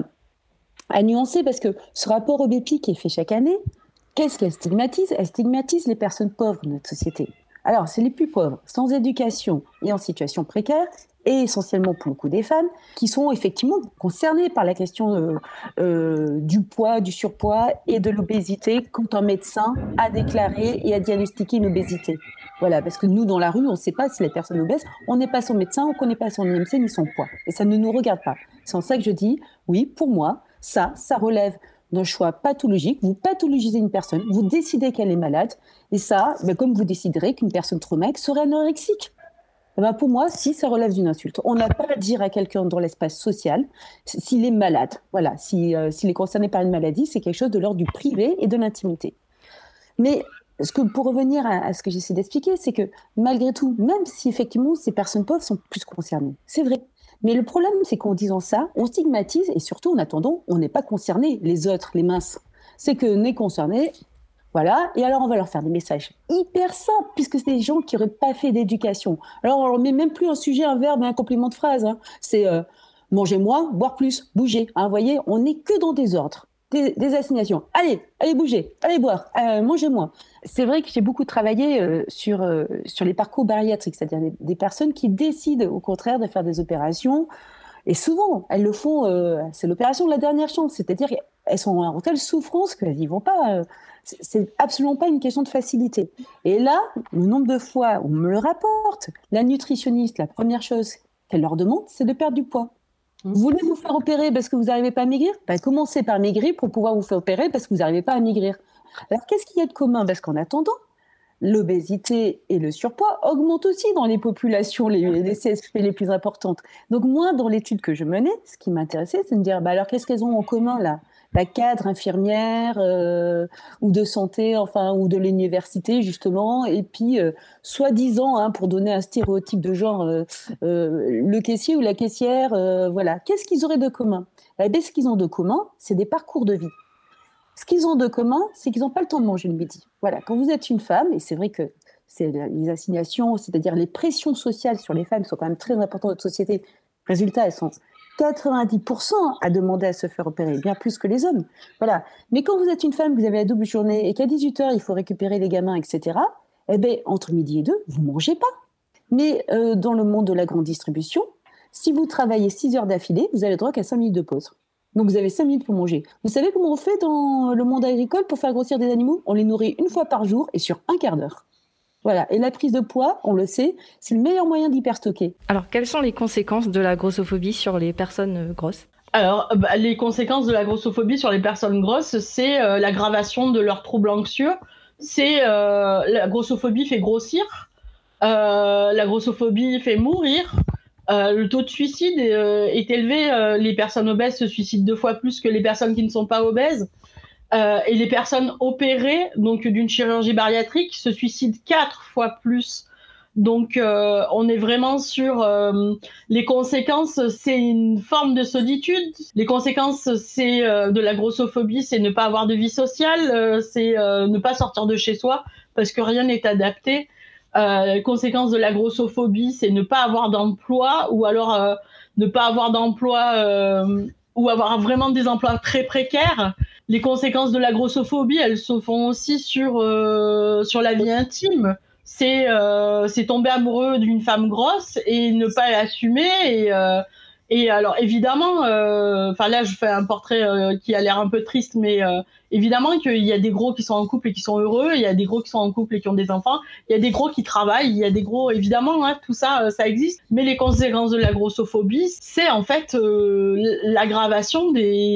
à nuancer, parce que ce rapport au B P I qui est fait chaque année, qu'est-ce qu'elle stigmatise ? Elle stigmatise les personnes pauvres de notre société. Alors, c'est les plus pauvres, sans éducation et en situation précaire, et essentiellement pour le coup des femmes, qui sont effectivement concernées par la question euh, euh, du poids, du surpoids et de l'obésité quand un médecin a déclaré et a diagnostiqué une obésité. Voilà, parce que nous, dans la rue, on ne sait pas si la personne est obèse, on n'est pas son médecin, on ne connaît pas son I M C ni son poids. Et ça ne nous regarde pas. C'est en ça que je dis, oui, pour moi, ça, ça relève d'un choix pathologique. Vous pathologisez une personne, vous décidez qu'elle est malade, et ça, ben, comme vous déciderez qu'une personne trop maigre serait anorexique. Eh ben pour moi, si, ça relève d'une insulte. On n'a pas à dire à quelqu'un dans l'espace social s'il est malade. Voilà, si, euh, s'il est concerné par une maladie, c'est quelque chose de l'ordre du privé et de l'intimité. Mais ce que, pour revenir à, à ce que j'essaie d'expliquer, c'est que malgré tout, même si effectivement ces personnes pauvres sont plus concernées, c'est vrai. Mais le problème, c'est qu'en disant ça, on stigmatise et surtout, en attendant, on n'est pas concerné, les autres, les minces. C'est que n'est concerné... Voilà, et alors on va leur faire des messages hyper simples, puisque c'est des gens qui n'auraient pas fait d'éducation. Alors on ne met même plus un sujet, un verbe et un complément de phrase. Hein. C'est euh, manger moins, boire plus, bouger. Hein, vous voyez, on n'est que dans des ordres, des, des assignations. Allez, allez bouger, allez boire, euh, manger moins. C'est vrai que j'ai beaucoup travaillé euh, sur, euh, sur les parcours bariatriques, c'est-à-dire des, des personnes qui décident au contraire de faire des opérations. Et souvent, elles le font, euh, c'est l'opération de la dernière chance, c'est-à-dire qu'elles sont en telle souffrance qu'elles n'y vont pas. Euh, c'est absolument pas une question de facilité. Et là, le nombre de fois où on me le rapporte, la nutritionniste, la première chose qu'elle leur demande, c'est de perdre du poids. Mmh. Vous voulez vous faire opérer parce que vous n'arrivez pas à maigrir ? Ben, commencez par maigrir pour pouvoir vous faire opérer parce que vous n'arrivez pas à maigrir. Alors, qu'est-ce qu'il y a de commun ? Parce qu'en attendant, l'obésité et le surpoids augmentent aussi dans les populations, les, les C S P les plus importantes. Donc moi, dans l'étude que je menais, ce qui m'intéressait, c'est de me dire, bah alors qu'est-ce qu'elles ont en commun là ? La cadre infirmière euh, ou de santé, enfin, ou de l'université justement, et puis euh, soi-disant, hein, pour donner un stéréotype de genre, euh, euh, le caissier ou la caissière, euh, voilà. Qu'est-ce qu'ils auraient de commun ? Eh bien, ce qu'ils ont de commun, c'est des parcours de vie. Ce qu'ils ont de commun, c'est qu'ils n'ont pas le temps de manger le midi. Voilà, quand vous êtes une femme, et c'est vrai que c'est les assignations, c'est-à-dire les pressions sociales sur les femmes sont quand même très importantes dans notre société. Résultat, elles sont quatre-vingt-dix pour cent à demander à se faire opérer, bien plus que les hommes. Voilà. Mais quand vous êtes une femme, vous avez la double journée et qu'à dix-huit heures, il faut récupérer les gamins, et cetera, eh bien, entre midi et deux, vous ne mangez pas. Mais euh, dans le monde de la grande distribution, si vous travaillez six heures d'affilée, vous avez le droit qu'à cinq minutes de pause. Donc, vous avez cinq minutes pour manger. Vous savez comment on fait dans le monde agricole pour faire grossir des animaux ? On les nourrit une fois par jour et sur un quart d'heure. Voilà. Et la prise de poids, on le sait, c'est le meilleur moyen d'hyperstocker. Alors, quelles sont les conséquences de la grossophobie sur les personnes grosses ? Alors, bah, les conséquences de la grossophobie sur les personnes grosses, c'est euh, l'aggravation de leurs troubles anxieux. C'est euh, la grossophobie fait grossir, euh, la grossophobie fait mourir. Euh, le taux de suicide est, euh, est élevé. Euh, les personnes obèses se suicident deux fois plus que les personnes qui ne sont pas obèses. Euh, et les personnes opérées, donc d'une chirurgie bariatrique, se suicident quatre fois plus. Donc, euh, on est vraiment sur euh, les conséquences. C'est une forme de solitude. Les conséquences, c'est euh, de la grossophobie, c'est ne pas avoir de vie sociale, euh, c'est euh, ne pas sortir de chez soi parce que rien n'est adapté. Euh, les conséquences de la grossophobie, c'est ne pas avoir d'emploi ou alors euh, ne pas avoir d'emploi euh, ou avoir vraiment des emplois très précaires. Les conséquences de la grossophobie, elles se font aussi sur, euh, sur la vie intime. C'est, euh, c'est tomber amoureux d'une femme grosse et ne pas l'assumer et, euh, Et alors évidemment, enfin euh, là je fais un portrait euh, qui a l'air un peu triste, mais euh, évidemment qu'il y a des gros qui sont en couple et qui sont heureux, il y a des gros qui sont en couple et qui ont des enfants, il y a des gros qui travaillent, il y a des gros, évidemment, hein, tout ça, euh, ça existe. Mais les conséquences de la grossophobie, c'est en fait euh, l'aggravation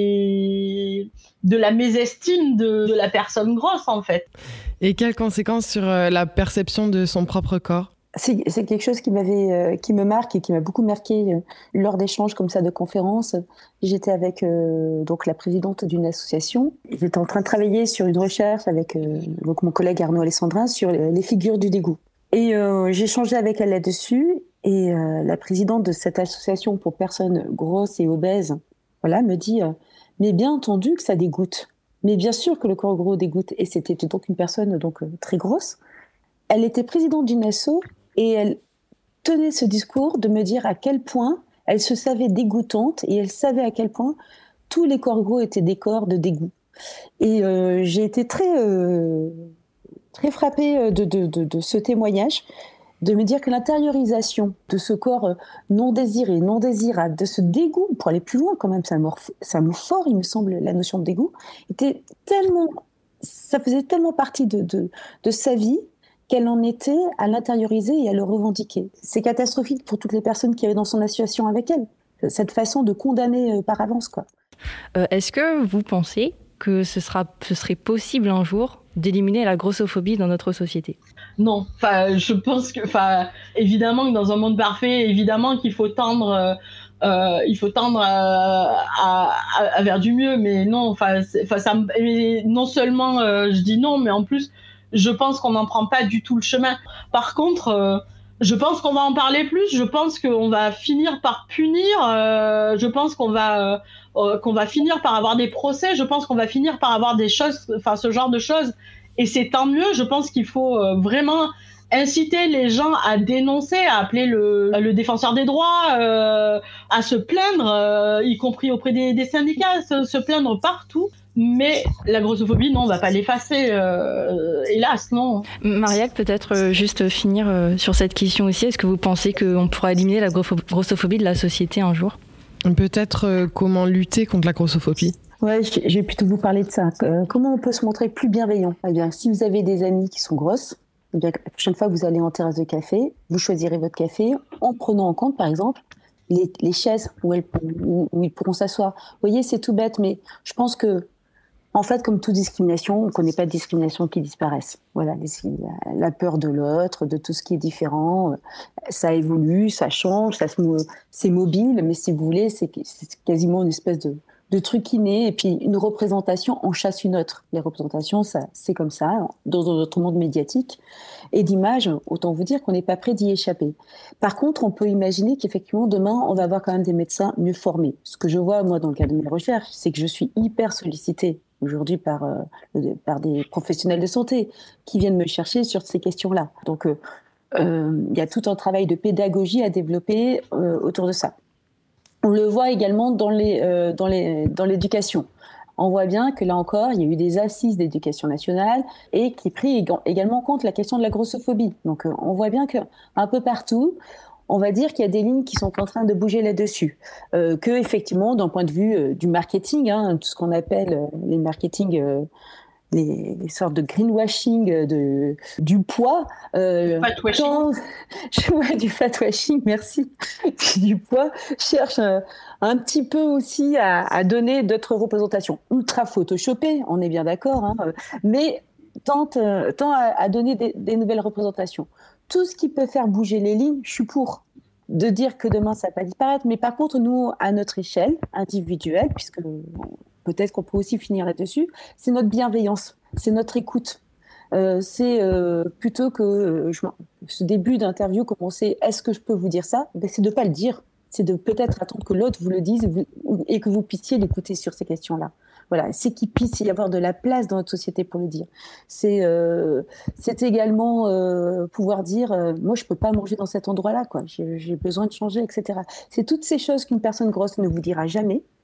des... de la mésestime de, de la personne grosse, en fait. Et quelles conséquences sur euh, la perception de son propre corps ? C'est, c'est quelque chose qui m'avait, euh, qui me marque et qui m'a beaucoup marqué euh, lors d'échanges comme ça de conférences. J'étais avec euh, donc la présidente d'une association. J'étais en train de travailler sur une recherche avec euh, donc mon collègue Arnaud Alessandrin sur les figures du dégoût. Et euh, j'ai échangé avec elle là-dessus. Et euh, la présidente de cette association pour personnes grosses et obèses, voilà, me dit euh, mais bien entendu que ça dégoûte. Mais bien sûr que le corps gros dégoûte. Et c'était donc une personne donc euh, très grosse. Elle était présidente d'une asso. Et elle tenait ce discours de me dire à quel point elle se savait dégoûtante et elle savait à quel point tous les corps gros étaient des corps de dégoût. Et euh, j'ai été très, euh, très frappée de, de, de, de ce témoignage, de me dire que l'intériorisation de ce corps non désiré, non désirable, de ce dégoût, pour aller plus loin quand même, c'est un mot, c'est un mot fort, il me semble, la notion de dégoût, était tellement, ça faisait tellement partie de, de, de sa vie, qu'elle en était à l'intérioriser et à le revendiquer. C'est catastrophique pour toutes les personnes qui avaient dans son association avec elle, cette façon de condamner par avance, quoi. Euh, est-ce que vous pensez que ce, sera, ce serait possible un jour d'éliminer la grossophobie dans notre société ? Non, enfin, je pense que, enfin, évidemment que dans un monde parfait, évidemment qu'il faut tendre, euh, il faut tendre à, à, à, vers du mieux, mais non, enfin, ça, non seulement euh, je dis non, mais en plus, je pense qu'on n'en prend pas du tout le chemin. Par contre, euh, je pense qu'on va en parler plus. Je pense qu'on va finir par punir. Euh, je pense qu'on va euh, qu'on va finir par avoir des procès. Je pense qu'on va finir par avoir des choses, enfin ce genre de choses. Et c'est tant mieux. Je pense qu'il faut euh, vraiment inciter les gens à dénoncer, à appeler le, le défenseur des droits, euh, à se plaindre, euh, y compris auprès des, des syndicats, se, se plaindre partout. Mais la grossophobie, non, on va pas l'effacer, euh, hélas, non. Marielle, peut-être euh, juste finir euh, sur cette question aussi. Est-ce que vous pensez qu'on pourra éliminer la grossophobie de la société un jour ? Peut-être euh, comment lutter contre la grossophobie ? Ouais, je, je vais plutôt vous parler de ça. Euh, comment on peut se montrer plus bienveillant ? Eh bien, si vous avez des amis qui sont grosses, eh bien, la prochaine fois que vous allez en terrasse de café, vous choisirez votre café en prenant en compte, par exemple, les, les chaises où, elles, où, où ils pourront s'asseoir. Vous voyez, c'est tout bête, mais je pense que en fait, comme toute discrimination, on ne connaît pas de discrimination qui disparaisse. Voilà, la peur de l'autre, de tout ce qui est différent, ça évolue, ça change, ça se, c'est mobile, mais si vous voulez, c'est, c'est quasiment une espèce de, de truc inné, et puis une représentation en chasse une autre. Les représentations, ça, c'est comme ça, dans notre monde médiatique. Et d'image, autant vous dire qu'on n'est pas prêt d'y échapper. Par contre, on peut imaginer qu'effectivement, demain, on va avoir quand même des médecins mieux formés. Ce que je vois, moi, dans le cadre de mes recherches, c'est que je suis hyper sollicitée aujourd'hui par, euh, par des professionnels de santé qui viennent me chercher sur ces questions-là. Donc, il euh, euh, y a tout un travail de pédagogie à développer euh, autour de ça. On le voit également dans, les, euh, dans, les, dans l'éducation. On voit bien que là encore, il y a eu des assises d'éducation nationale et qui prient également en compte la question de la grossophobie. Donc, euh, on voit bien qu'un peu partout, on va dire qu'il y a des lignes qui sont en train de bouger là-dessus. Euh, que, effectivement, d'un point de vue euh, du marketing, hein, tout ce qu'on appelle euh, les marketing, euh, les, les sortes de greenwashing, de, du poids. Euh, fatwashing. Tant, je vois du fatwashing, merci. Du poids cherche un, un petit peu aussi à, à donner d'autres représentations. Ultra photoshopées, on est bien d'accord, hein, mais tente, tend à, à donner des, des nouvelles représentations. Tout ce qui peut faire bouger les lignes, je suis pour. De dire que demain, ça ne va pas disparaître. Mais par contre, nous, à notre échelle individuelle, puisque peut-être qu'on peut aussi finir là-dessus, c'est notre bienveillance, c'est notre écoute. Euh, c'est euh, plutôt que euh, je, ce début d'interview commencer, est-ce que je peux vous dire ça ? Ben, c'est de ne pas le dire. C'est de peut-être attendre que l'autre vous le dise vous, et que vous puissiez l'écouter sur ces questions-là. Voilà, c'est qu'il puisse y avoir de la place dans notre société pour le dire. C'est, euh, c'est également euh, pouvoir dire, euh, moi je peux pas manger dans cet endroit-là, quoi. J'ai, j'ai besoin de changer, et cetera. C'est toutes ces choses qu'une personne grosse ne vous dira jamais,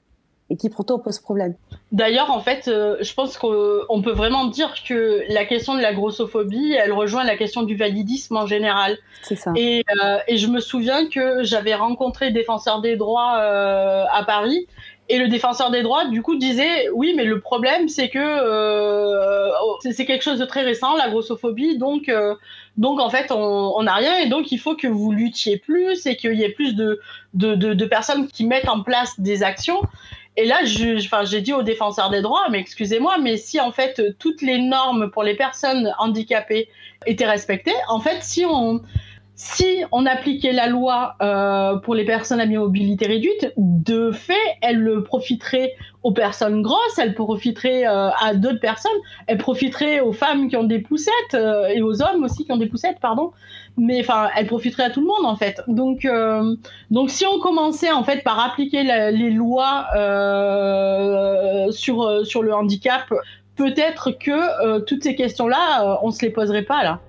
et qui pourtant pose problème. D'ailleurs, en fait, euh, je pense qu'on peut vraiment dire que la question de la grossophobie, elle rejoint la question du validisme en général. C'est ça. Et, euh, et je me souviens que j'avais rencontré le défenseur des droits euh, à Paris, et le défenseur des droits, du coup, disait « Oui, mais le problème, c'est que euh, c'est quelque chose de très récent, la grossophobie, donc, euh, donc en fait, on n'a rien, et donc il faut que vous luttiez plus, et qu'il y ait plus de, de, de, de personnes qui mettent en place des actions. » Et là, je, enfin, j'ai dit au défenseur des droits, mais excusez-moi, mais si en fait toutes les normes pour les personnes handicapées étaient respectées, en fait, si on, si on appliquait la loi euh, pour les personnes à mobilité réduite, de fait, elle profiterait aux personnes grosses, elle profiterait euh, à d'autres personnes, elle profiterait aux femmes qui ont des poussettes euh, et aux hommes aussi qui ont des poussettes, pardon. Mais enfin, elle profiterait à tout le monde en fait. Donc, euh, donc si on commençait en fait par appliquer la, les lois euh, sur sur le handicap, peut-être que euh, toutes ces questions-là, euh, on se les poserait pas là.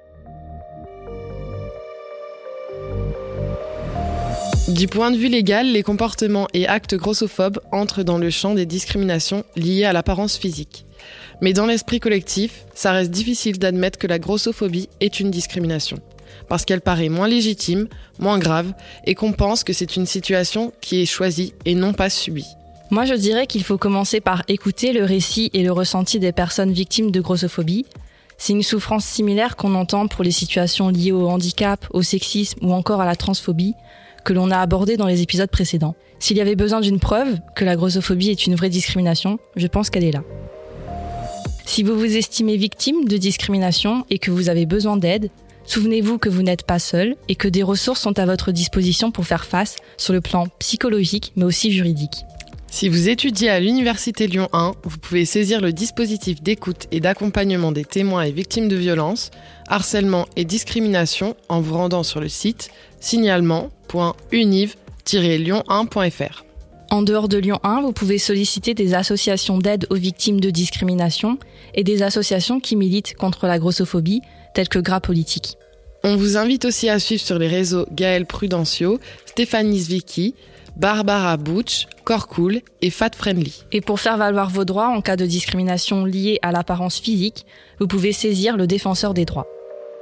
Du point de vue légal, les comportements et actes grossophobes entrent dans le champ des discriminations liées à l'apparence physique. Mais dans l'esprit collectif, ça reste difficile d'admettre que la grossophobie est une discrimination, parce qu'elle paraît moins légitime, moins grave, et qu'on pense que c'est une situation qui est choisie et non pas subie. Moi, je dirais qu'il faut commencer par écouter le récit et le ressenti des personnes victimes de grossophobie. C'est une souffrance similaire qu'on entend pour les situations liées au handicap, au sexisme ou encore à la transphobie, que l'on a abordé dans les épisodes précédents. S'il y avait besoin d'une preuve que la grossophobie est une vraie discrimination, je pense qu'elle est là. Si vous vous estimez victime de discrimination et que vous avez besoin d'aide, souvenez-vous que vous n'êtes pas seul et que des ressources sont à votre disposition pour faire face sur le plan psychologique mais aussi juridique. Si vous étudiez à l'Université Lyon un, vous pouvez saisir le dispositif d'écoute et d'accompagnement des témoins et victimes de violences, harcèlement et discrimination en vous rendant sur le site signalement point univ tiret lyon un point f r. En dehors de Lyon un, vous pouvez solliciter des associations d'aide aux victimes de discrimination et des associations qui militent contre la grossophobie, telles que Gras Politique. On vous invite aussi à suivre sur les réseaux Gaëlle Prudencio, Stéphanie Zvicki, Barbara Butch, Corcool et Fat Friendly. Et pour faire valoir vos droits en cas de discrimination liée à l'apparence physique, vous pouvez saisir le défenseur des droits.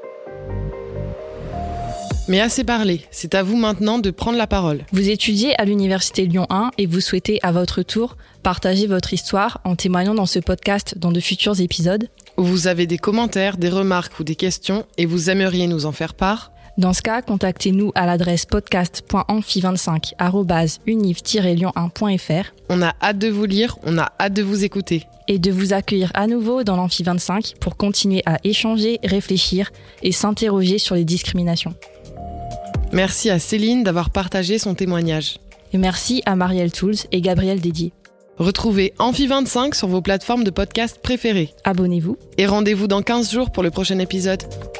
Mais assez parlé, c'est à vous maintenant de prendre la parole. Vous étudiez à l'Université Lyon un et vous souhaitez à votre tour partager votre histoire en témoignant dans ce podcast dans de futurs épisodes. Ou vous avez des commentaires, des remarques ou des questions et vous aimeriez nous en faire part. Dans ce cas, contactez-nous à l'adresse podcast point amphi vingt-cinq arobase univ tiret lyon un point f r. On a hâte de vous lire, on a hâte de vous écouter. Et de vous accueillir à nouveau dans l'Amphi vingt-cinq pour continuer à échanger, réfléchir et s'interroger sur les discriminations. Merci à Céline d'avoir partagé son témoignage. Et merci à Marielle Tools et Gabriel Dédier. Retrouvez Amphi vingt-cinq sur vos plateformes de podcast préférées. Abonnez-vous. Et rendez-vous dans quinze jours pour le prochain épisode.